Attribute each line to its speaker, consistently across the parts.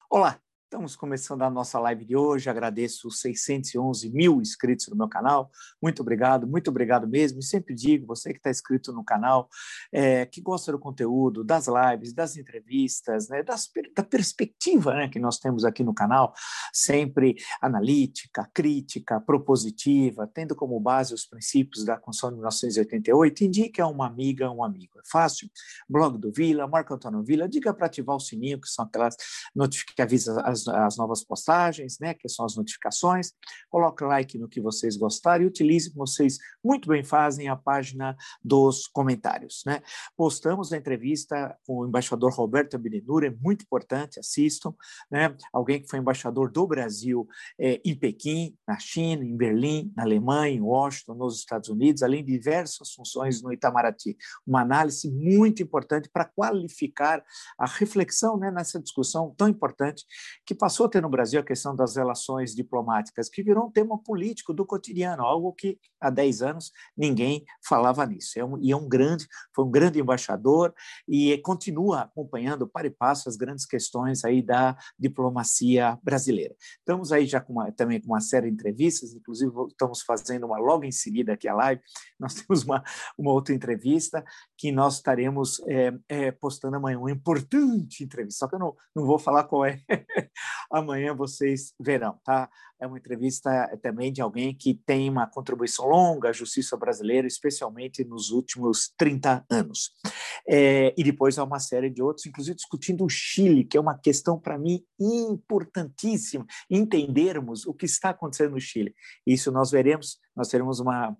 Speaker 1: Olá, estamos começando a nossa live de hoje. Agradeço os 611 mil inscritos no meu canal. Muito obrigado mesmo. E sempre digo, você que está inscrito no canal, que gosta do conteúdo, das lives, das entrevistas, né, da perspectiva, né, que nós temos aqui no canal, sempre analítica, crítica, propositiva, tendo como base os princípios da Constituição de 1988, indique a uma amiga, um amigo. É fácil? Blog do Vila, Marco Antônio Vila, diga para ativar o sininho, que são aquelas que avisa as novas postagens, né, que são as notificações. Coloque like no que vocês gostarem e utilize, como vocês muito bem fazem, a página dos comentários, né? Postamos a entrevista com o embaixador Roberto Abdenur, é muito importante, assistam, né? Alguém que foi embaixador do Brasil em Pequim, na China, em Berlim, na Alemanha, em Washington, nos Estados Unidos, além de diversas funções no Itamaraty. Uma análise muito importante para qualificar a reflexão, né, nessa discussão tão importante que passou a ter no Brasil a questão das relações diplomáticas, que virou um tema político do cotidiano, algo que há 10 anos ninguém falava nisso. Foi um grande embaixador e continua acompanhando para e passo as grandes questões aí da diplomacia brasileira. Estamos aí já também com uma série de entrevistas, inclusive estamos fazendo uma logo em seguida aqui a live, nós temos uma outra entrevista que nós estaremos postando amanhã, uma importante entrevista, só que eu não vou falar qual é. Amanhã vocês verão, tá? É uma entrevista também de alguém que tem uma contribuição longa à justiça brasileira, especialmente nos últimos 30 anos. E depois há uma série de outros, inclusive discutindo o Chile, que é uma questão, para mim, importantíssima, entendermos o que está acontecendo no Chile. Isso nós veremos, nós teremos uma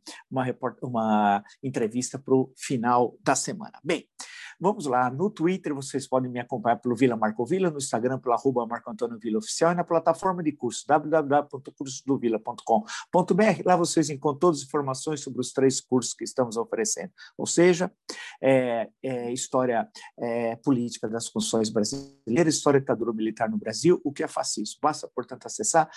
Speaker 1: entrevista para o final da semana. Bem, vamos lá, no Twitter vocês podem me acompanhar pelo Vila Marco Vila, no Instagram pelo @Marco Antônio Vila Oficial e na plataforma de curso www.cursosdovila.com.br. Lá vocês encontram todas as informações sobre os 3 cursos que estamos oferecendo, ou seja, História Política das Constituições Brasileiras, História da Ditadura Militar no Brasil, o que é fascismo. Basta, portanto, acessar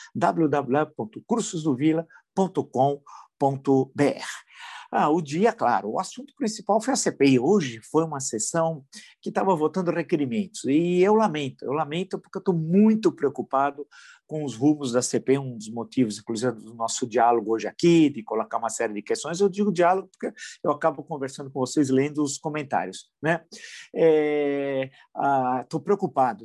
Speaker 1: www.cursosdovila.com.br. O dia, claro, o assunto principal foi a CPI. Hoje foi uma sessão que estava votando requerimentos, e eu lamento porque eu estou muito preocupado com os rumos da CPI, um dos motivos, inclusive, do nosso diálogo hoje aqui, de colocar uma série de questões. Eu digo diálogo porque eu acabo conversando com vocês, lendo os comentários, né? Estou preocupado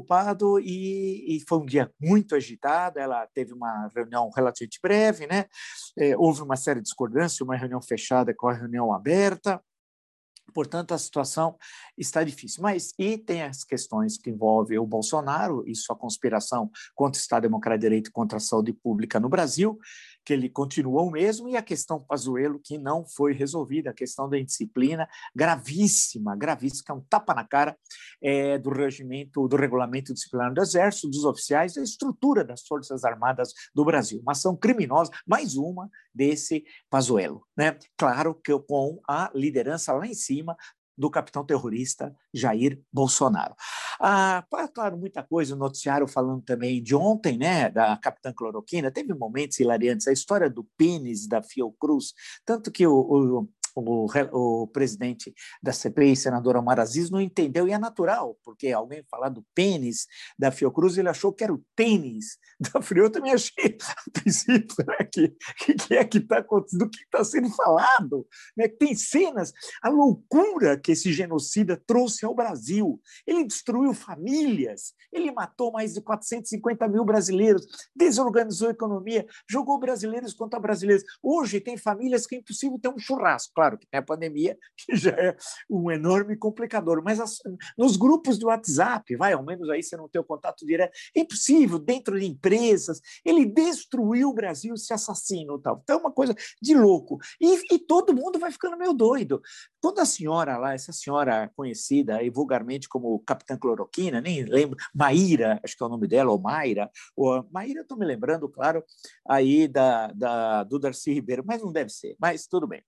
Speaker 1: e foi um dia muito agitado. Ela teve uma reunião relativamente breve, né? Houve uma série de discordâncias, uma reunião fechada com a reunião aberta. Portanto, a situação está difícil. E tem as questões que envolvem o Bolsonaro e sua conspiração contra o Estado Democrático de Direito e contra a saúde pública no Brasil, que ele continua o mesmo, e a questão Pazuello, que não foi resolvida, a questão da indisciplina, gravíssima, que é um tapa na cara do regulamento disciplinar do Exército, dos oficiais, da estrutura das Forças Armadas do Brasil. Uma ação criminosa, mais uma desse Pazuello, né? Claro que com a liderança lá em cima do capitão terrorista Jair Bolsonaro. Claro, muita coisa, o noticiário falando também de ontem, né, da capitã cloroquina, teve momentos hilariantes, a história do pênis da Fiocruz, tanto que o presidente da CPI, senador Omar Aziz, não entendeu, e é natural, porque alguém falar do pênis da Fiocruz, ele achou que era o tênis da Fiocruz. Eu também achei, a princípio, né, que é que está acontecendo, do que está sendo falado, né? Tem cenas, a loucura que esse genocida trouxe ao Brasil. Ele destruiu famílias, ele matou mais de 450 mil brasileiros, desorganizou a economia, jogou brasileiros contra brasileiros. Hoje tem famílias que é impossível ter um churrasco. Claro que tem a pandemia, que já é um enorme complicador, mas nos grupos do WhatsApp, ao menos aí você não tem o contato direto, é impossível, dentro de empresas, ele destruiu o Brasil, esse assassino. Tal. Então é uma coisa de louco. E todo mundo vai ficando meio doido. Quando a senhora lá, essa senhora conhecida aí vulgarmente como Capitã Cloroquina, nem lembro, Maíra, acho que é o nome dela, ou Mayra, Maíra, estou me lembrando, claro, aí do Darcy Ribeiro, mas não deve ser, mas tudo bem.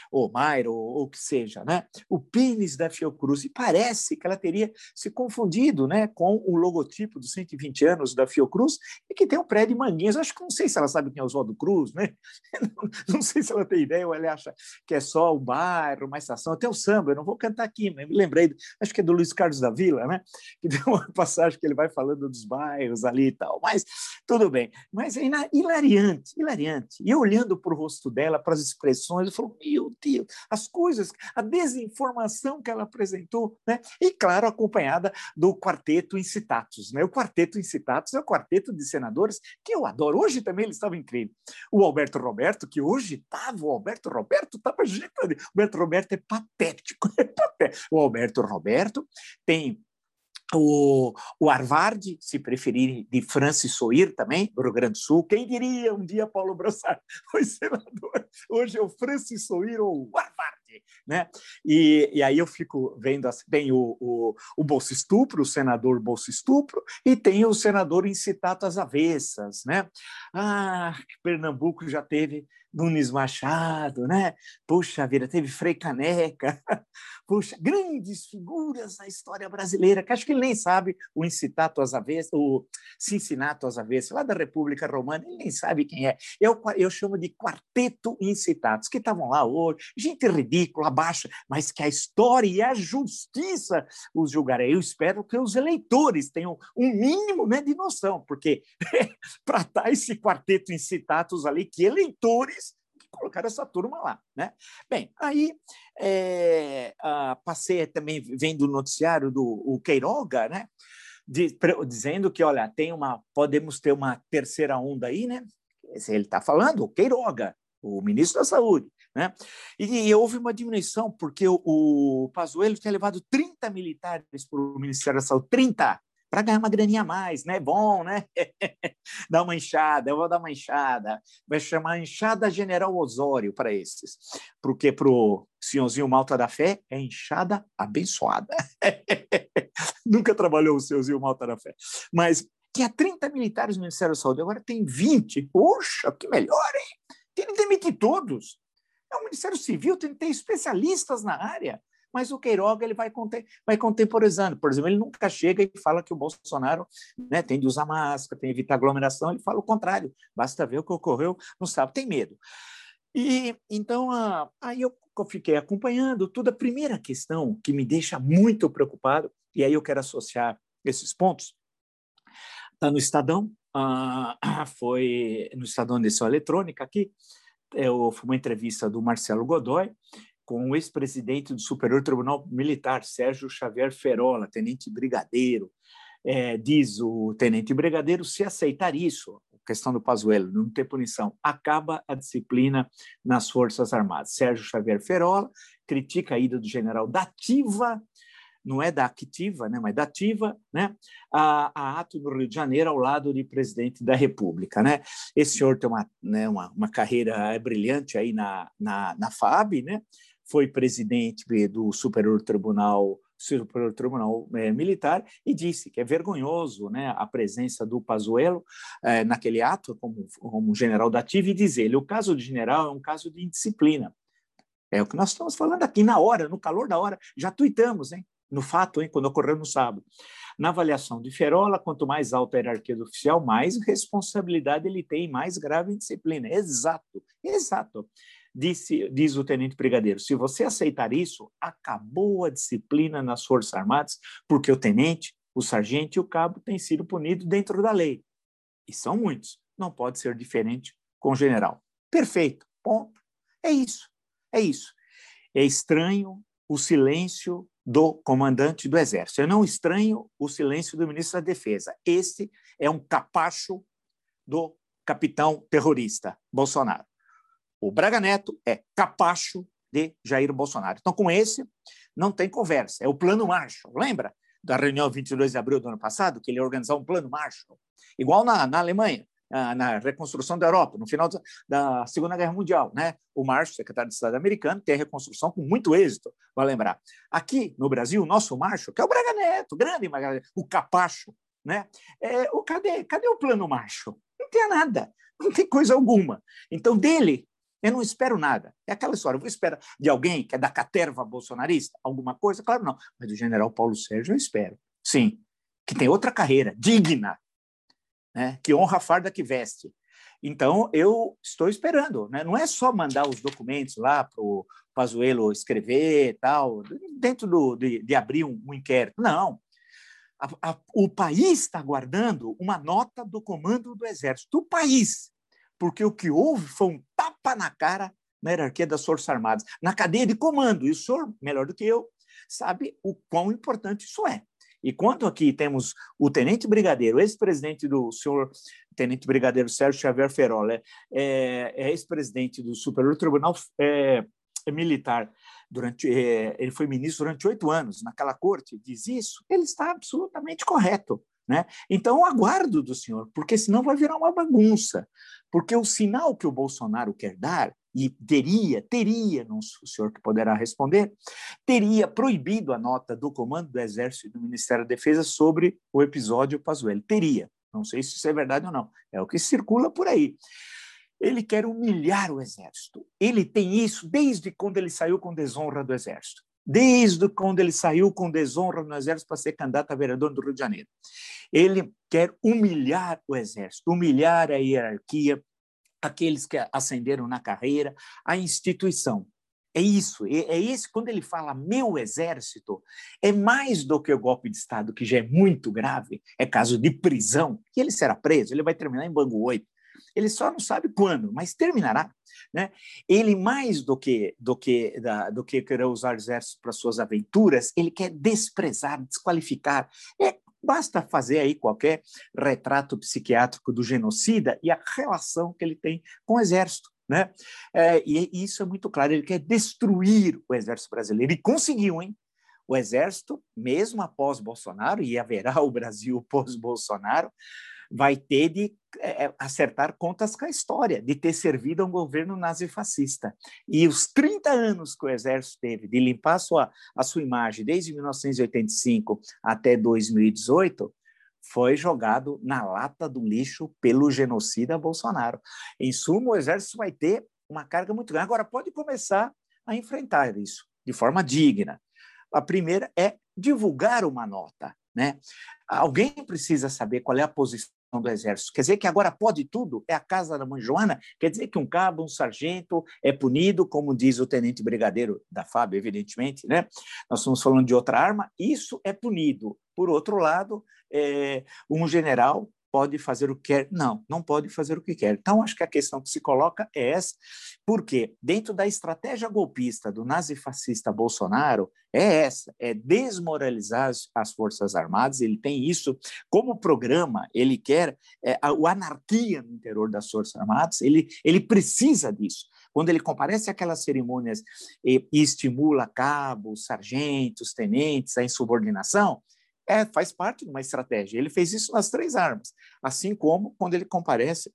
Speaker 1: ou Mayra, ou o que seja, né? O pênis da Fiocruz. E parece que ela teria se confundido, né, com o logotipo dos 120 anos da Fiocruz, e que tem um prédio em Manguinhos. Acho que não sei se ela sabe quem é Oswaldo Cruz, né? Não sei se ela tem ideia ou ela acha que é só um bairro, uma estação. Até o samba, eu não vou cantar aqui, mas me lembrei, acho que é do Luiz Carlos da Vila, né? Que tem uma passagem que ele vai falando dos bairros ali e tal. Mas tudo bem. Mas é hilariante, hilariante. E eu olhando para o rosto dela, para as expressões, eu falo, meu Deus, as coisas, a desinformação que ela apresentou, né? E, claro, acompanhada do Quarteto Incitatus, né? O Quarteto Incitatus é o quarteto de senadores que eu adoro. Hoje também eles estavam incríveis. O Alberto Roberto, que hoje estava, o Alberto Roberto estava agitando. O Alberto Roberto é patético, é patético. O Alberto Roberto tem o Arvard, se preferir, de Francis Soir também, do Rio Grande do Sul. Quem diria um dia Paulo Brossard foi senador? Hoje é o Francis Soir ou o Arvard. Né? E aí eu fico vendo, tem o Bolsa Estupro, o senador Bolsa Estupro, e tem o senador incitado às avessas. Né? Pernambuco já teve Nunes Machado, né? Puxa vida, teve Frei Caneca. Puxa, grandes figuras na história brasileira, que acho que ele nem sabe o incitato às avessas, o Cincinato às avessas, lá da República Romana, ele nem sabe quem é. Eu chamo de quarteto incitatus, que estavam lá hoje, gente ridícula, baixa, mas que a história e a justiça os julgarem. Eu espero que os eleitores tenham um mínimo, né, de noção, porque para estar esse quarteto incitatus ali, que eleitores colocaram essa turma lá, né? Bem, aí passei também vendo o noticiário do Queiroga, né? Dizendo que, olha, podemos ter uma terceira onda aí, né? Ele está falando, o Queiroga, o ministro da Saúde, né? E houve uma diminuição, porque o Pazuello tinha levado 30 militares para o Ministério da Saúde, 30, para ganhar uma graninha a mais, né? Bom, né? Dar uma enxada, eu vou dar uma enxada. Vai chamar enxada General Osório para esses. Porque para o senhorzinho Malta da Fé é enxada abençoada. Nunca trabalhou o senhorzinho Malta da Fé. Mas tinha 30 militares no Ministério da Saúde, agora tem 20. Poxa, que melhor, hein? Tem que demitir todos. É um Ministério Civil, tem que ter especialistas na área. Mas o Queiroga ele vai contemporizando. Por exemplo, ele nunca chega e fala que o Bolsonaro, né, tem de usar máscara, tem de evitar aglomeração, ele fala o contrário. Basta ver o que ocorreu no sábado, tem medo. E então aí eu fiquei acompanhando tudo. A primeira questão que me deixa muito preocupado, e aí eu quero associar esses pontos, está no Estadão, foi no Estadão de edição eletrônica aqui, foi uma entrevista do Marcelo Godoy, com o ex-presidente do Superior Tribunal Militar, Sérgio Xavier Ferola, tenente brigadeiro. Diz o tenente brigadeiro, se aceitar isso, questão do Pazuello, não ter punição, acaba a disciplina nas Forças Armadas. Sérgio Xavier Ferola critica a ida do general da ativa, não é da activa, né, mas da ativa, né, a ato no Rio de Janeiro ao lado de presidente da República. Né? Esse senhor tem uma carreira brilhante aí na FAAB, né? Foi presidente do Superior Tribunal Militar e disse que é vergonhoso, né, a presença do Pazuello naquele ato como general da ativa, e diz ele, o caso do general é um caso de indisciplina. É o que nós estamos falando aqui na hora, no calor da hora, já tuitamos, hein? No fato, hein, quando ocorreu no sábado. Na avaliação de Ferola, quanto mais alta a hierarquia do oficial, mais responsabilidade ele tem, mais grave indisciplina. Exato, exato. Diz o tenente brigadeiro, se você aceitar isso, acabou a disciplina nas Forças Armadas, porque o tenente, o sargento e o cabo têm sido punidos dentro da lei. E são muitos. Não pode ser diferente com o general. Perfeito, ponto. É isso, é isso. É estranho o silêncio do comandante do Exército. Eu não estranho o silêncio do ministro da Defesa. Esse é um capacho do capitão terrorista Bolsonaro. O Braga Neto é capacho de Jair Bolsonaro. Então, com esse, não tem conversa. É o plano Marshall. Lembra da reunião 22 de abril do ano passado, que ele ia organizar um plano Marshall? Igual na Alemanha, na reconstrução da Europa, no final da Segunda Guerra Mundial. Né? O Marshall, secretário de Estado americano, tem a reconstrução com muito êxito, vai lembrar. Aqui, no Brasil, o nosso Marshall, que é o Braga Neto, grande, o capacho, né? Cadê o plano Marshall? Não tem nada, não tem coisa alguma. Então, dele Eu não espero nada. É aquela história. Eu vou esperar de alguém que é da caterva bolsonarista alguma coisa? Claro, não. Mas do general Paulo Sérgio eu espero. Sim. Que tem outra carreira digna, né? Que honra a farda que veste. Então, eu estou esperando. Né? Não é só mandar os documentos lá para o Pazuello escrever e tal, dentro de abrir um inquérito. Não. O país está aguardando uma nota do comando do Exército. O país. Porque o que houve foi um tapa na cara na hierarquia das Forças Armadas, na cadeia de comando. E o senhor, melhor do que eu, sabe o quão importante isso é. E quando aqui temos o tenente brigadeiro, ex-presidente do senhor tenente brigadeiro Sérgio Xavier Ferola, ex-presidente do Superior Tribunal Militar, ele foi ministro durante 8 anos naquela corte, diz isso, ele está absolutamente correto. Né? Então, eu aguardo do senhor, porque senão vai virar uma bagunça. Porque o sinal que o Bolsonaro quer dar, e teria, não o senhor que poderá responder, teria proibido a nota do Comando do Exército e do Ministério da Defesa sobre o episódio Pazuello. Teria. Não sei se isso é verdade ou não. É o que circula por aí. Ele quer humilhar o Exército. Ele tem isso desde quando ele saiu com desonra do Exército. Desde quando ele saiu com desonra no Exército para ser candidato a vereador do Rio de Janeiro. Ele quer humilhar o Exército, humilhar a hierarquia, aqueles que ascenderam na carreira, a instituição. É isso, quando ele fala meu exército, é mais do que o golpe de Estado, que já é muito grave, é caso de prisão, que ele será preso, ele vai terminar em Bangu 8. Ele só não sabe quando, mas terminará. Né? Ele, mais do que querer usar o exército para suas aventuras, ele quer desprezar, desqualificar. Basta fazer aí qualquer retrato psiquiátrico do genocida e a relação que ele tem com o exército. Né? E isso é muito claro, ele quer destruir o exército brasileiro. E conseguiu, hein? O exército, mesmo após Bolsonaro, e haverá o Brasil pós-Bolsonaro, vai ter de acertar contas com a história, de ter servido a um governo nazifascista. E os 30 anos que o Exército teve de limpar a sua imagem, desde 1985 até 2018, foi jogado na lata do lixo pelo genocida Bolsonaro. Em suma, o Exército vai ter uma carga muito grande. Agora, pode começar a enfrentar isso de forma digna. A primeira é divulgar uma nota. Né? Alguém precisa saber qual é a posição do Exército. Quer dizer que agora pode tudo? É a casa da mãe Joana? Quer dizer que um cabo, um sargento é punido, como diz o tenente brigadeiro da FAB, evidentemente, né? Nós estamos falando de outra arma, isso é punido. Por outro lado, um general pode fazer o que quer? Não, não pode fazer o que quer. Então, acho que a questão que se coloca é essa, porque dentro da estratégia golpista do nazifascista Bolsonaro, é essa, é desmoralizar as Forças Armadas, ele tem isso como programa, ele quer a anarquia no interior das Forças Armadas, ele precisa disso. Quando ele comparece àquelas cerimônias e estimula cabos, sargentos, tenentes, a insubordinação, faz parte de uma estratégia. Ele fez isso nas 3 armas, assim como quando ele comparece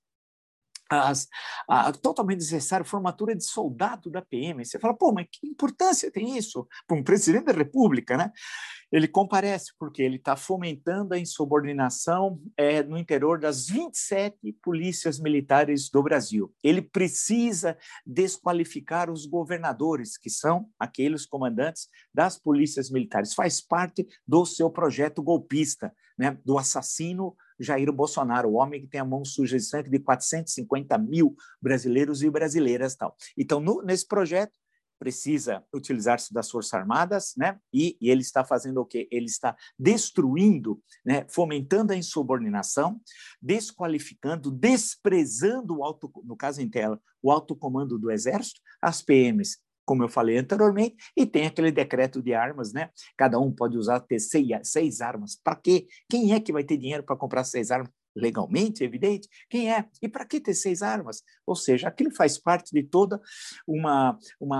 Speaker 1: totalmente desnecessária formatura de soldado da PM. Você fala, pô, mas que importância tem isso para um presidente da República, né? Ele comparece porque ele está fomentando a insubordinação no interior das 27 polícias militares do Brasil. Ele precisa desqualificar os governadores, que são aqueles comandantes das polícias militares. Faz parte do seu projeto golpista, né? Do assassino Jair Bolsonaro, o homem que tem a mão suja de sangue de 450 mil brasileiros e brasileiras. Tal. Então, nesse projeto, precisa utilizar-se das Forças Armadas, né? E ele está fazendo o quê? Ele está destruindo, né? Fomentando a insubordinação, desqualificando, desprezando no caso em tela, o alto comando do Exército, as PMs, como eu falei anteriormente, e tem aquele decreto de armas, né? Cada um pode ter 6 armas. Para quê? Quem é que vai ter dinheiro para comprar 6 armas? Legalmente, evidente, quem é? E para que ter 6 armas? Ou seja, aquilo faz parte de toda uma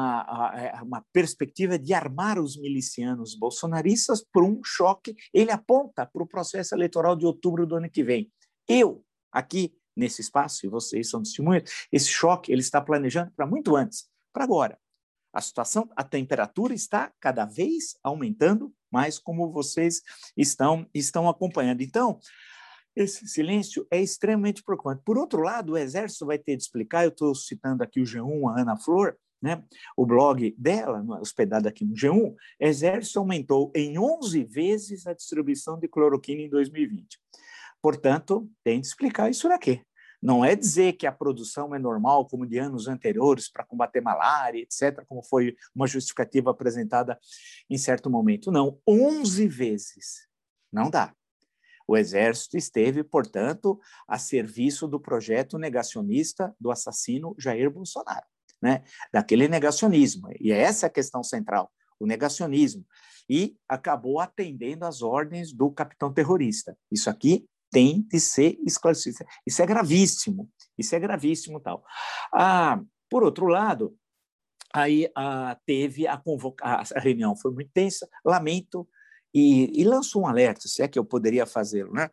Speaker 1: perspectiva de armar os milicianos bolsonaristas por um choque. Ele aponta para o processo eleitoral de outubro do ano que vem. Eu, aqui nesse espaço, e vocês são testemunhas, esse choque ele está planejando para muito antes, para agora. A situação, a temperatura está cada vez aumentando, mais como vocês estão acompanhando. Então, Esse silêncio é extremamente preocupante. Por outro lado, o Exército vai ter de explicar, eu estou citando aqui o G1, a Ana Flor, né? O blog dela, hospedado aqui no G1, Exército aumentou em 11 vezes a distribuição de cloroquina em 2020. Portanto, tem de explicar isso daqui. Não é dizer que a produção é normal, como de anos anteriores, para combater malária, etc., como foi uma justificativa apresentada em certo momento. Não, 11 vezes. Não dá. O Exército esteve, portanto, a serviço do projeto negacionista do assassino Jair Bolsonaro, né? Daquele negacionismo. E essa é a questão central, o negacionismo. E acabou atendendo às ordens do capitão terrorista. Isso aqui tem de ser esclarecido. Isso é gravíssimo. Isso é gravíssimo, tal. Por outro lado, aí teve a reunião foi muito tensa, lamento, e lançou um alerta, se é que eu poderia fazê-lo, né?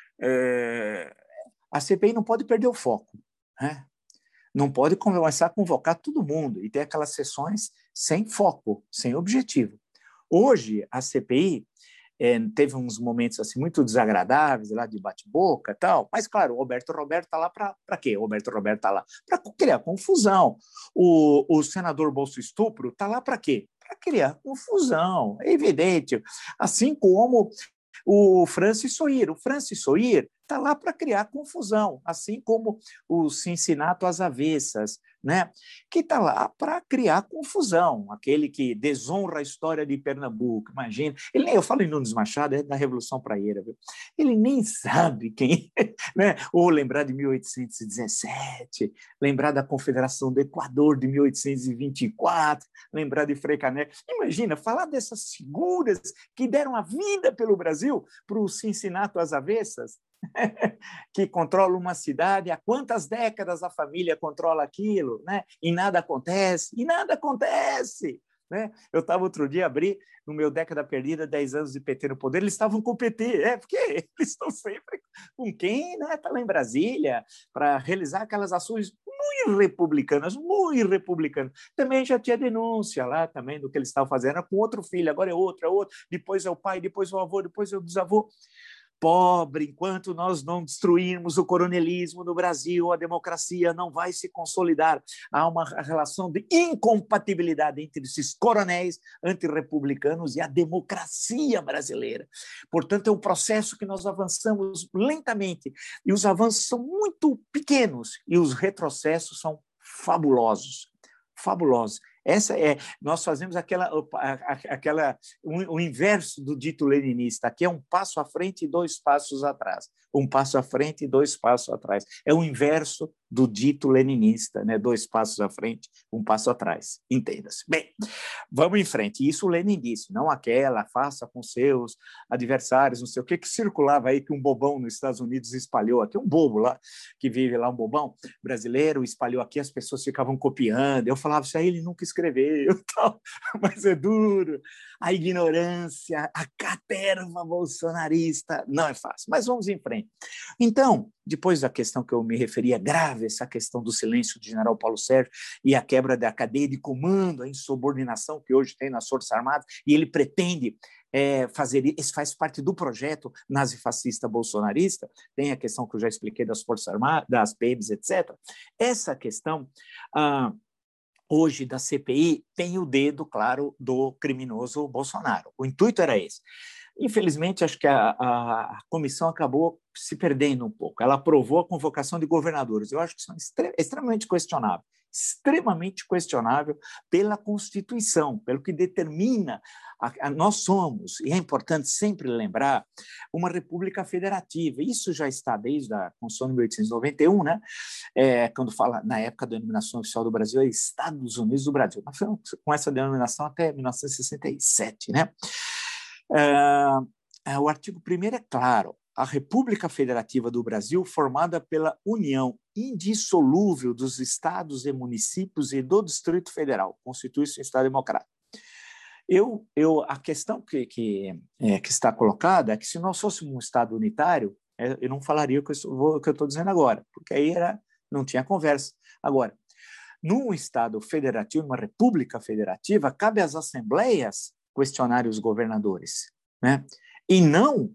Speaker 1: A CPI não pode perder o foco, né? Não pode começar a convocar todo mundo e ter aquelas sessões sem foco, sem objetivo. Hoje, a CPI teve uns momentos assim muito desagradáveis lá de bate-boca e tal, mas claro, o Roberto está lá para quê? O Roberto está lá para criar confusão. O senador Bolso Estupro está lá para quê? Para criar confusão, é evidente. Assim como o Francis Soir. O Francis Soir está lá para criar confusão, assim como o Cincinato às avessas, né? Que está lá para criar confusão, aquele que desonra a história de Pernambuco, imagina. Eu falo em Nunes Machado, é da Revolução Praieira, viu? Ele nem sabe quem é, né? Ou lembrar de 1817, lembrar da Confederação do Equador de 1824, lembrar de Frei Caneca. Imagina, falar dessas figuras que deram a vida pelo Brasil, para o Cincinato às avessas, que controla uma cidade, há quantas décadas a família controla aquilo, né? E nada acontece, né? Eu estava outro dia, abri no meu Década Perdida, 10 anos de PT no poder, eles estavam com o PT, porque eles estão sempre com quem está lá em Brasília para realizar aquelas ações muito republicanas. Também já tinha denúncia lá também do que eles estavam fazendo, era com outro filho, agora é outro, depois é o pai, depois é o avô, depois é o bisavô. Pobre, enquanto nós não destruirmos o coronelismo no Brasil, a democracia não vai se consolidar. Há uma relação de incompatibilidade entre esses coronéis antirrepublicanos e a democracia brasileira. Portanto, é um processo que nós avançamos lentamente, e os avanços são muito pequenos, e os retrocessos são fabulosos. Fabulosos. Nós fazemos o inverso do dito leninista. Aqui é um passo à frente e 2 passos atrás. Um passo à frente e 2 passos atrás. É o inverso do dito leninista, né? 2 passos à frente, 1 passo atrás. Entenda-se. Bem, vamos em frente. Isso o Lenin disse, não aquela, faça com seus adversários, não sei o que circulava aí, que um bobão nos Estados Unidos espalhou aqui, um bobo lá, que vive lá, um bobão brasileiro, espalhou aqui, as pessoas ficavam copiando. Eu falava, isso aí ele nunca escreveu, tal, mas é duro. A ignorância, a caterva bolsonarista, não é fácil. Mas vamos em frente. Então, depois da questão que eu me referia, grave, essa questão do silêncio do general Paulo Sérgio e a quebra da cadeia de comando, a insubordinação que hoje tem nas Forças Armadas, e ele pretende fazer isso, faz parte do projeto nazifascista bolsonarista, tem a questão que eu já expliquei das Forças Armadas, das PMs, etc. Essa questão, hoje, da CPI, tem o dedo, claro, do criminoso Bolsonaro. O intuito era esse. Infelizmente, acho que a comissão acabou se perdendo um pouco. Ela aprovou a convocação de governadores. Eu acho que isso é extremamente questionável pela Constituição, pelo que determina. Nós somos, e é importante sempre lembrar, uma república federativa. Isso já está desde a Constituição de 1891, né? Quando fala, na época da denominação oficial do Brasil, é Estados Unidos do Brasil. Nós ficamos com essa denominação até 1967, né? O artigo 1º é claro: a República Federativa do Brasil, formada pela união indissolúvel dos estados e municípios e do Distrito Federal, constitui-se um Estado democrático. A questão que está colocada é que, se nós fôssemos um Estado unitário, eu não falaria o que eu estou dizendo agora, porque aí não tinha conversa. Agora, num Estado federativo, numa República Federativa, cabe às assembleias questionar os governadores, né? E não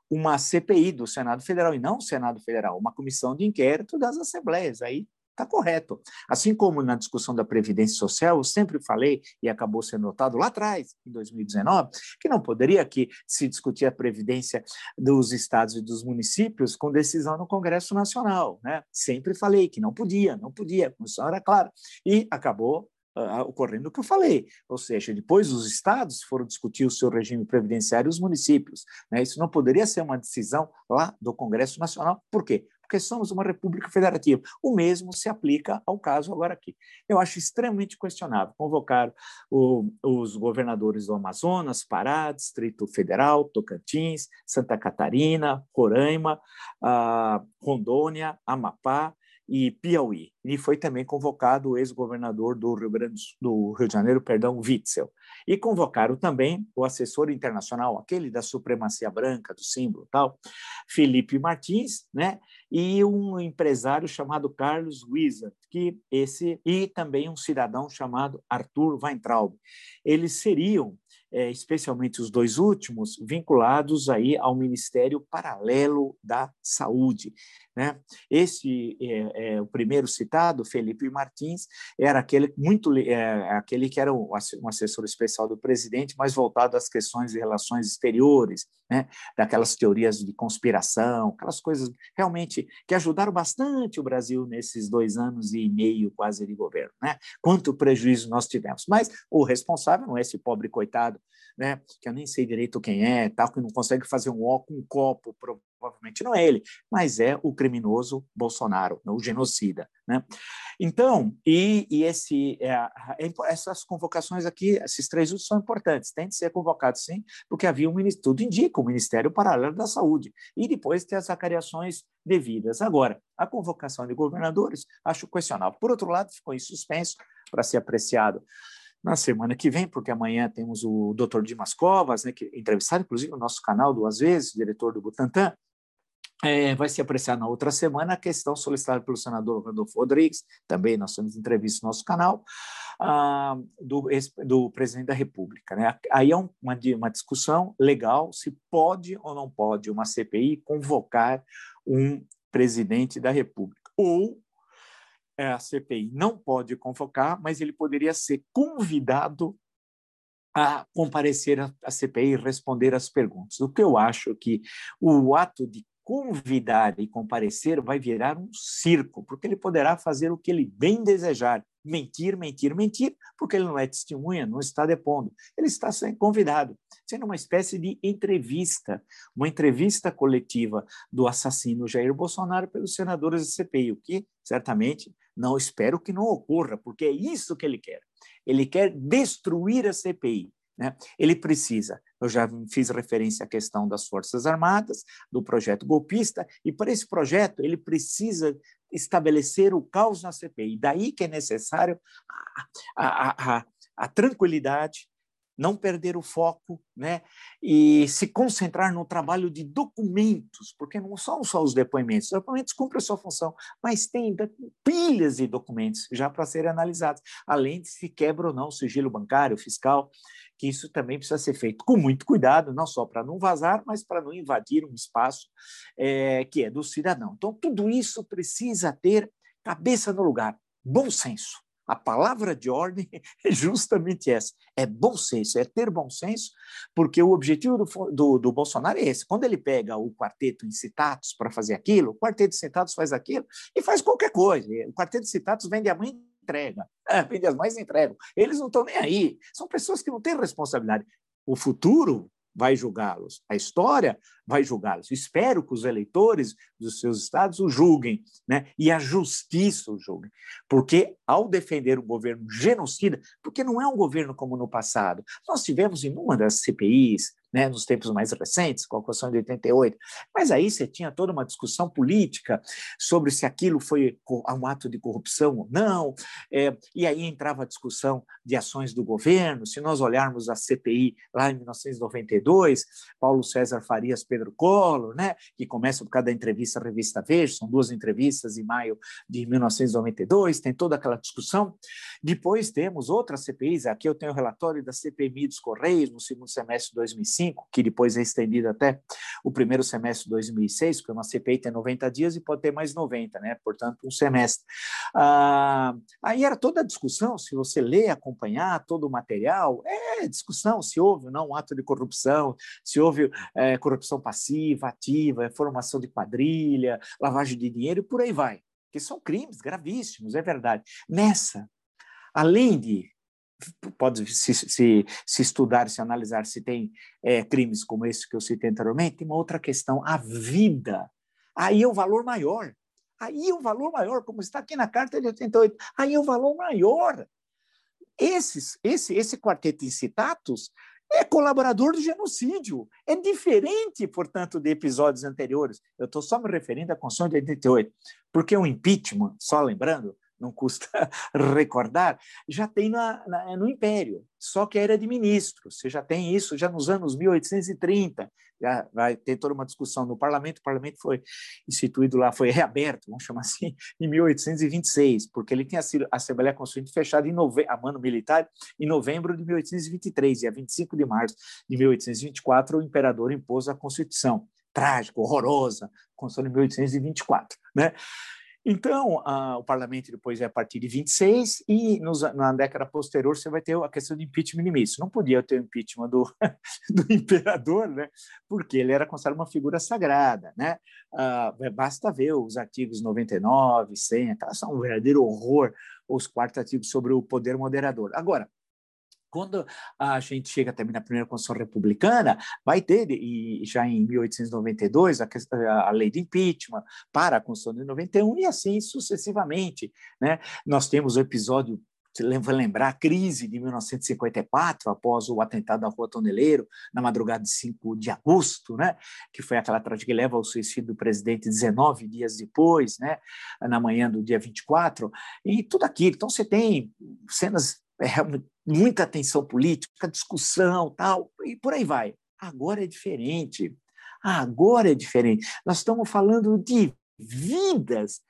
Speaker 1: uma CPI do Senado Federal, e não o Senado Federal, uma comissão de inquérito das assembleias. Aí está correto. Assim como na discussão da Previdência Social, eu sempre falei, e acabou sendo notado lá atrás, em 2019, que não poderia aqui se discutir a Previdência dos estados e dos municípios com decisão no Congresso Nacional. Né? Sempre falei que não podia, a Constituição era clara. E acabou ocorrendo o que eu falei, ou seja, depois os estados foram discutir o seu regime previdenciário e os municípios. Né? Isso não poderia ser uma decisão lá do Congresso Nacional. Por quê? Porque somos uma república federativa. O mesmo se aplica ao caso agora aqui. Eu acho extremamente questionável convocar os governadores do Amazonas, Pará, Distrito Federal, Tocantins, Santa Catarina, Roraima, Rondônia, Amapá e Piauí. E foi também convocado o ex-governador do Rio de Janeiro, Witzel. E convocaram também o assessor internacional, aquele da supremacia branca, do símbolo tal, Felipe Martins, né? E um empresário chamado Carlos Wieser, e também um cidadão chamado Arthur Weintraub. Eles seriam, especialmente os dois últimos, vinculados aí ao Ministério Paralelo da Saúde. Né? O primeiro citado, Felipe Martins, era aquele que era um assessor especial do presidente, mais voltado às questões de relações exteriores, né? Daquelas teorias de conspiração, aquelas coisas realmente que ajudaram bastante o Brasil nesses 2 anos e meio quase de governo. Né? Quanto prejuízo nós tivemos. Mas o responsável não é esse pobre coitado, né? Que eu nem sei direito quem é, tal, que não consegue fazer um copo, provavelmente não é ele, mas é o criminoso Bolsonaro, o genocida. Né? Então, essas convocações aqui, esses 3 últimos são importantes, tem de ser convocados sim, porque havia tudo indica, o Ministério Paralelo da Saúde, e depois ter as acariações devidas. Agora, a convocação de governadores, acho questionável. Por outro lado, ficou em suspenso para ser apreciado na semana que vem, porque amanhã temos o Dr. Dimas Covas, né, que é entrevistado, inclusive, no nosso canal 2 vezes, diretor do Butantan. Vai se apreciar na outra semana a questão solicitada pelo senador Rodolfo Rodrigues, também nós temos entrevista no nosso canal, do presidente da República. Né? Aí é uma discussão legal se pode ou não pode uma CPI convocar um presidente da República. Ou a CPI não pode convocar, mas ele poderia ser convidado a comparecer à CPI e responder às perguntas. O que eu acho que o ato de convidar e comparecer vai virar um circo, porque ele poderá fazer o que ele bem desejar, mentir, porque ele não é testemunha, não está depondo, ele está sendo convidado, sendo uma espécie de entrevista, uma entrevista coletiva do assassino Jair Bolsonaro pelos senadores da CPI, o que certamente não espero que não ocorra, porque é isso que ele quer. Ele quer destruir a CPI. Né? Ele precisa, eu já fiz referência à questão das Forças Armadas, do projeto golpista, e para esse projeto ele precisa estabelecer o caos na CPI. Daí que é necessário a tranquilidade, não perder o foco, né? E se concentrar no trabalho de documentos, porque não são só os depoimentos cumprem a sua função, mas tem pilhas de documentos já para serem analisados, além de se quebra ou não o sigilo bancário, fiscal, que isso também precisa ser feito com muito cuidado, não só para não vazar, mas para não invadir um espaço que é do cidadão. Então, tudo isso precisa ter cabeça no lugar, bom senso. A palavra de ordem é justamente essa, é bom senso, é ter bom senso, porque o objetivo do Bolsonaro é esse. Quando ele pega o quarteto incitatus para fazer aquilo, o quarteto incitatus faz aquilo e faz qualquer coisa. O quarteto incitatus vende a mãe e entrega, vende as mães e entregam. Eles não estão nem aí, são pessoas que não têm responsabilidade. O futuro vai julgá-los, a história vai julgá-los. Espero que os eleitores dos seus estados o julguem, né? E a justiça o julgue, porque ao defender um governo genocida, porque não é um governo como no passado, nós tivemos inúmeras CPIs, né, nos tempos mais recentes, com a Constituição de 88, mas aí você tinha toda uma discussão política sobre se aquilo foi um ato de corrupção ou não, e aí entrava a discussão de ações do governo. Se nós olharmos a CPI lá em 1992, Paulo César Farias, Pedro Collor, né, que começa por causa da entrevista à revista Veja, são 2 entrevistas em maio de 1992, tem toda aquela discussão. Depois temos outras CPIs, aqui eu tenho o relatório da CPMI dos Correios, no segundo semestre de 2005, 2025, que depois é estendido até o primeiro semestre de 2006, porque uma CPI tem 90 dias e pode ter mais 90, né? Portanto, um semestre. Aí era toda a discussão, se você ler, acompanhar todo o material, discussão se houve ou não um ato de corrupção, se houve corrupção passiva, ativa, formação de quadrilha, lavagem de dinheiro e por aí vai, que são crimes gravíssimos, é verdade. Nessa, além de pode se estudar, se analisar se tem crimes como esse que eu citei anteriormente, tem uma outra questão, a vida. Aí é o valor maior. Aí é o valor maior, como está aqui na Carta de 88. Aí é o valor maior. Esse quarteto incitatus é colaborador do genocídio. É diferente, portanto, de episódios anteriores. Eu estou só me referindo à Constituição de 88, porque o impeachment, só lembrando, não custa recordar, já tem no Império, só que era de ministros. Você já tem isso já nos anos 1830, já vai ter toda uma discussão no parlamento. O parlamento foi instituído lá, foi reaberto, vamos chamar assim, em 1826, porque ele tinha sido a Assembleia Constituinte fechada a mano militar em novembro de 1823, e a 25 de março de 1824 o imperador impôs a Constituição, trágica, horrorosa, Constituição de 1824, né? Então, o parlamento depois é a partir de 26 e na década posterior você vai ter a questão de impeachment e ministro. Não podia ter o impeachment do imperador, né? Porque ele era considerado uma figura sagrada, né? Basta ver os artigos 99, 100, tá? São um verdadeiro horror, os 4 artigos sobre o poder moderador. Agora, quando a gente chega também na primeira Constituição Republicana, vai ter, e já em 1892, a lei de impeachment para a Constituição de 91 e assim sucessivamente, né? Nós temos o episódio, vai lembrar, a crise de 1954, após o atentado da Rua Toneleiro, na madrugada de 5 de agosto, né? Que foi aquela tragédia que leva ao suicídio do presidente 19 dias depois, né? Na manhã do dia 24, e tudo aquilo. Então, você tem cenas muita tensão política, discussão, tal, e por aí vai. Agora é diferente. Agora é diferente. Nós estamos falando de vidas,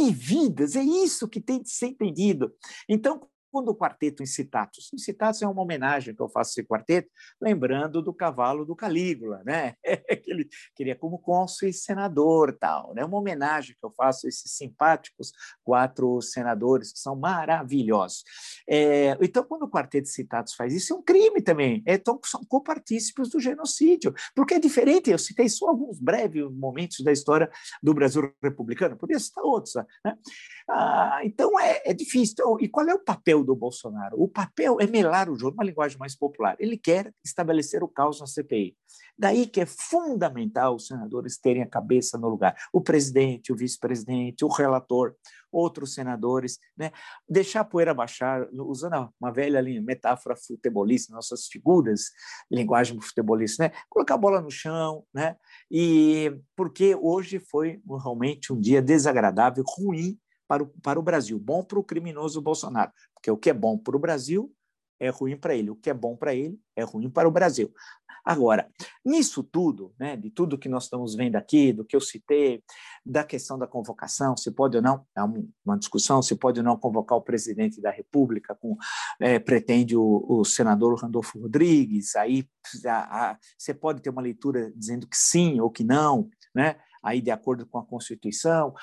Speaker 1: é isso que tem de ser entendido. Então, quando o quarteto incitatus é uma homenagem que eu faço a esse quarteto, lembrando do cavalo do Calígula, né? Que ele queria como cônsul e senador, tal, né? Uma homenagem que eu faço a esses simpáticos 4 senadores que são maravilhosos. Então, quando o quarteto incitatus faz isso, é um crime também. Então, são copartícipes do genocídio, porque é diferente. Eu citei só alguns breves momentos da história do Brasil republicano, podia citar outros, né? Então, é difícil. Então, e qual é o papel do Bolsonaro? O papel é melar o jogo, uma linguagem mais popular. Ele quer estabelecer o caos na CPI. Daí que é fundamental os senadores terem a cabeça no lugar. O presidente, o vice-presidente, o relator, outros senadores, né? Deixar a poeira baixar, usando uma velha metáfora futebolista, nossas figuras, linguagem futebolista, né? Colocar a bola no chão, né? E porque hoje foi realmente um dia desagradável, ruim para o Brasil, bom para o criminoso Bolsonaro, porque o que é bom para o Brasil é ruim para ele, o que é bom para ele é ruim para o Brasil. Agora, nisso tudo, né, de tudo que nós estamos vendo aqui, do que eu citei, da questão da convocação, se pode ou não, é uma discussão, se pode ou não convocar o presidente da República, pretende o senador Randolfo Rodrigues, aí você pode ter uma leitura dizendo que sim ou que não, né, aí de acordo com a Constituição.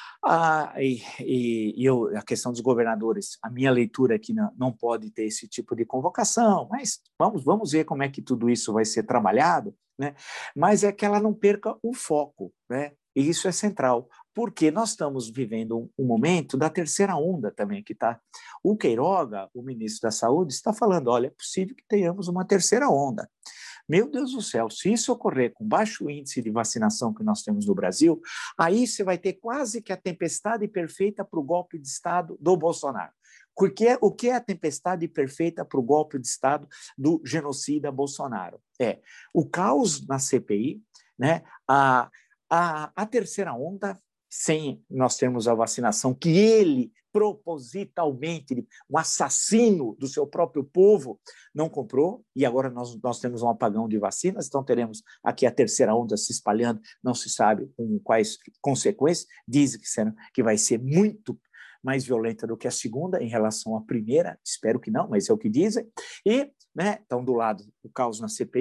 Speaker 1: A questão dos governadores, a minha leitura é que não pode ter esse tipo de convocação, mas vamos ver como é que tudo isso vai ser trabalhado, né? Mas é que ela não perca o foco, né? E isso é central, porque nós estamos vivendo um momento da terceira onda também, que está. O Queiroga, o ministro da Saúde, está falando: olha, é possível que tenhamos uma terceira onda. Meu Deus do céu, se isso ocorrer com baixo índice de vacinação que nós temos no Brasil, aí você vai ter quase que a tempestade perfeita para o golpe de Estado do Bolsonaro. Porque o que é a tempestade perfeita para o golpe de Estado do genocida Bolsonaro? É o caos na CPI, né? A terceira onda, sem nós termos a vacinação que ele propositalmente, um assassino do seu próprio povo, não comprou, e agora nós temos um apagão de vacinas, então teremos aqui a terceira onda se espalhando, não se sabe com quais consequências, dizem que vai ser muito mais violenta do que a segunda em relação à primeira, espero que não, mas é o que dizem, e, né, então do lado o caos na CPI,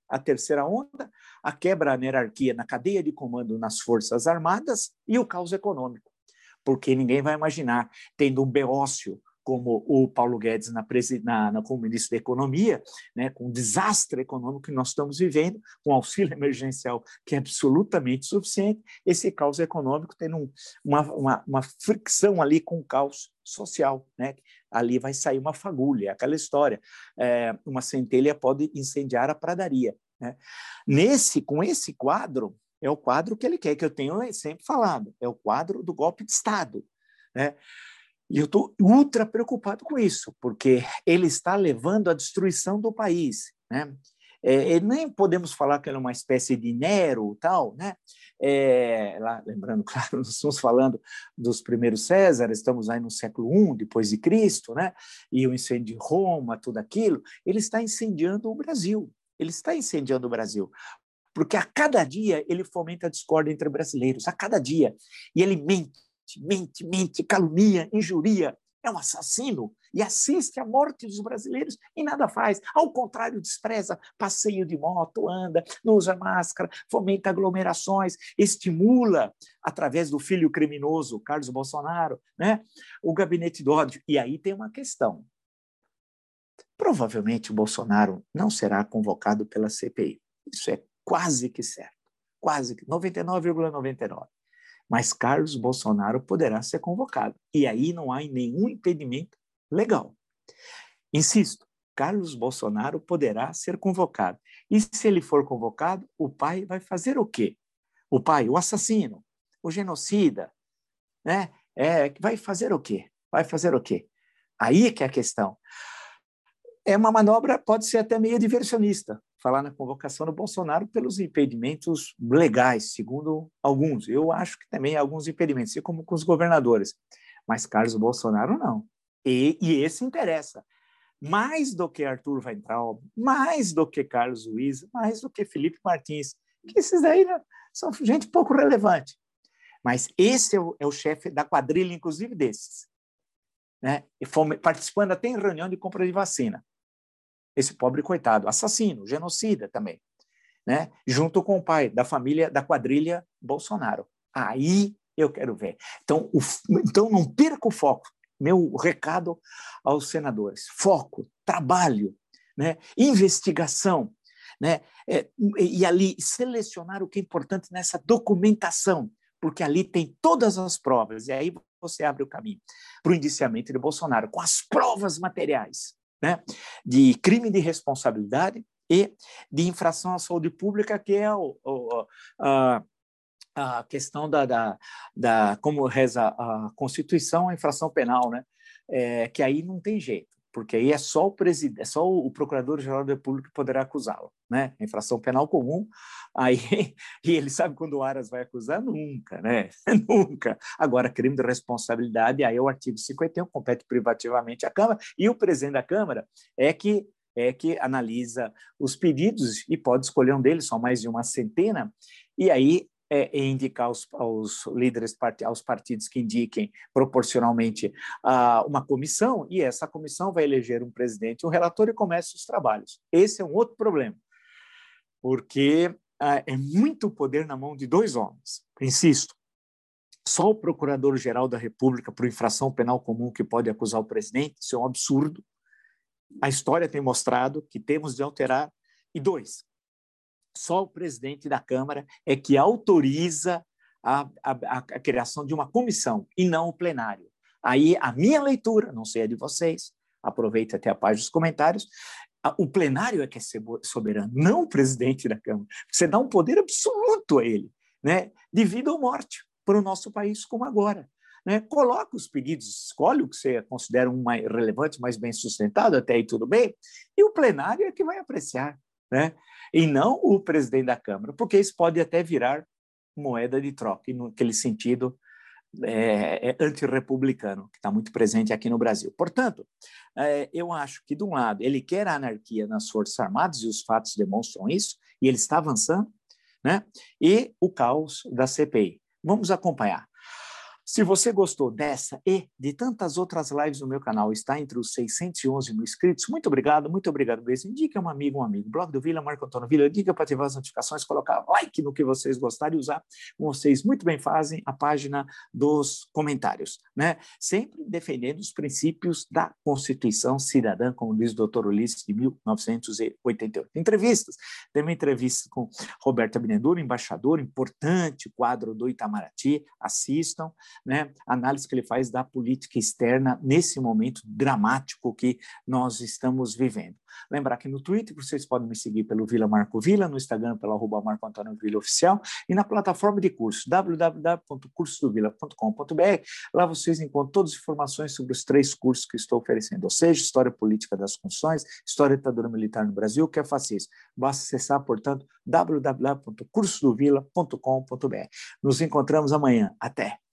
Speaker 1: a terceira onda, a quebra da hierarquia na cadeia de comando nas Forças Armadas e o caos econômico, porque ninguém vai imaginar, tendo um beócio como o Paulo Guedes como ministro da Economia, né, com o desastre econômico que nós estamos vivendo, com auxílio emergencial que é absolutamente suficiente, esse caos econômico tendo uma fricção ali com o caos social, né? Ali vai sair uma fagulha, aquela história, uma centelha pode incendiar a pradaria, né? Com esse quadro, é o quadro que ele quer, que eu tenho sempre falado, é o quadro do golpe de Estado, né? E eu estou ultra preocupado com isso, porque ele está levando à destruição do país, né? Nem podemos falar que ele é uma espécie de Nero, tal, né? Lá, lembrando, claro, nós estamos falando dos primeiros Césares, estamos aí no século I depois de Cristo, né? E o incêndio de Roma, tudo aquilo. Ele está incendiando o Brasil. Ele está incendiando o Brasil, porque a cada dia ele fomenta a discórdia entre brasileiros, a cada dia. E ele mente, calunia, injuria, é um assassino e assiste à morte dos brasileiros e nada faz. Ao contrário, despreza passeio de moto, anda, não usa máscara, fomenta aglomerações, estimula, através do filho criminoso, Carlos Bolsonaro, né, o gabinete do ódio. E aí tem uma questão. Provavelmente o Bolsonaro não será convocado pela CPI. Isso é quase que certo. Quase que 99,99. Mas Carlos Bolsonaro poderá ser convocado. E aí não há nenhum impedimento legal. Insisto, Carlos Bolsonaro poderá ser convocado. E se ele for convocado, o pai vai fazer o quê? O pai, o assassino, o genocida, né? Vai fazer o quê? Vai fazer o quê? Aí que é a questão. É uma manobra, pode ser até meio diversionista, falar na convocação do Bolsonaro pelos impedimentos legais, segundo alguns. Eu acho que também há alguns impedimentos, assim como com os governadores. Mas Carlos Bolsonaro não. E esse interessa. Mais do que Arthur Weintraub, mais do que Carlos Luiz, mais do que Felipe Martins, que esses aí, né, são gente pouco relevante. Mas esse é o chefe da quadrilha, inclusive desses. Né? E participando até em reunião de compra de vacina. Esse pobre coitado, assassino, genocida também, né? Junto com o pai da família, da quadrilha Bolsonaro. Aí eu quero ver. Então não perca o foco. Meu recado aos senadores: foco, trabalho, né? Investigação, né? E ali selecionar o que é importante nessa documentação, porque ali tem todas as provas, e aí você abre o caminho para o indiciamento de Bolsonaro, com as provas materiais, né, de crime de responsabilidade e de infração à saúde pública, que é a questão como reza a Constituição, a infração penal, né, que aí não tem jeito, porque aí é só o Procurador-Geral da República que poderá acusá-lo, né? A infração penal comum, aí, e ele sabe quando o Aras vai acusar? Nunca, né? Nunca. Agora, crime de responsabilidade, aí é o artigo 51, compete privativamente à Câmara, e o presidente da Câmara é que analisa os pedidos e pode escolher um deles, são mais de uma centena, e aí indicar aos líderes, aos partidos que indiquem proporcionalmente uma comissão, e essa comissão vai eleger um presidente, um relator, e começa os trabalhos. Esse é um outro problema, porque é muito poder na mão de dois homens. Insisto, só o Procurador-Geral da República por infração penal comum que pode acusar o presidente, isso é um absurdo. A história tem mostrado que temos de alterar. E dois, só o presidente da Câmara é que autoriza a criação de uma comissão e não o plenário. Aí a minha leitura, não sei a de vocês, aproveita até a página dos comentários, o plenário é que é soberano, não o presidente da Câmara. Você dá um poder absoluto a ele, né, de vida ou morte para o nosso país como agora. Né? Coloca os pedidos, escolhe o que você considera um mais relevante, mais bem sustentado, até aí tudo bem, e o plenário é que vai apreciar, né? E não o presidente da Câmara, porque isso pode até virar moeda de troca, e naquele sentido antirrepublicano, que está muito presente aqui no Brasil. Portanto, eu acho que, de um lado, ele quer a anarquia nas Forças Armadas, e os fatos demonstram isso, e ele está avançando, né? E o caos da CPI. Vamos acompanhar. Se você gostou dessa e de tantas outras lives no meu canal, está entre os 611 mil inscritos, muito obrigado mesmo. Indique a um amigo. Blog do Vila, Marco Antônio Vila, diga para ativar as notificações, colocar like no que vocês gostarem e usar, como vocês muito bem fazem, a página dos comentários, né? Sempre defendendo os princípios da Constituição Cidadã, como diz o doutor Ulisses, de 1988. Entrevistas, tem uma entrevista com Roberto Abneduro, embaixador, importante quadro do Itamaraty, assistam, né? A análise que ele faz da política externa nesse momento dramático que nós estamos vivendo. Lembrar que no Twitter vocês podem me seguir pelo Vila Marco Vila, no Instagram pelo @Marco Antônio Vila Oficial e na plataforma de curso www.cursodovila.com.br. Lá vocês encontram todas as informações sobre os 3 cursos que estou oferecendo, ou seja, História Política das Constituições, História da Ditadura Militar no Brasil, que é facílimo. Basta acessar, portanto, www.cursodovila.com.br. Nos encontramos amanhã. Até!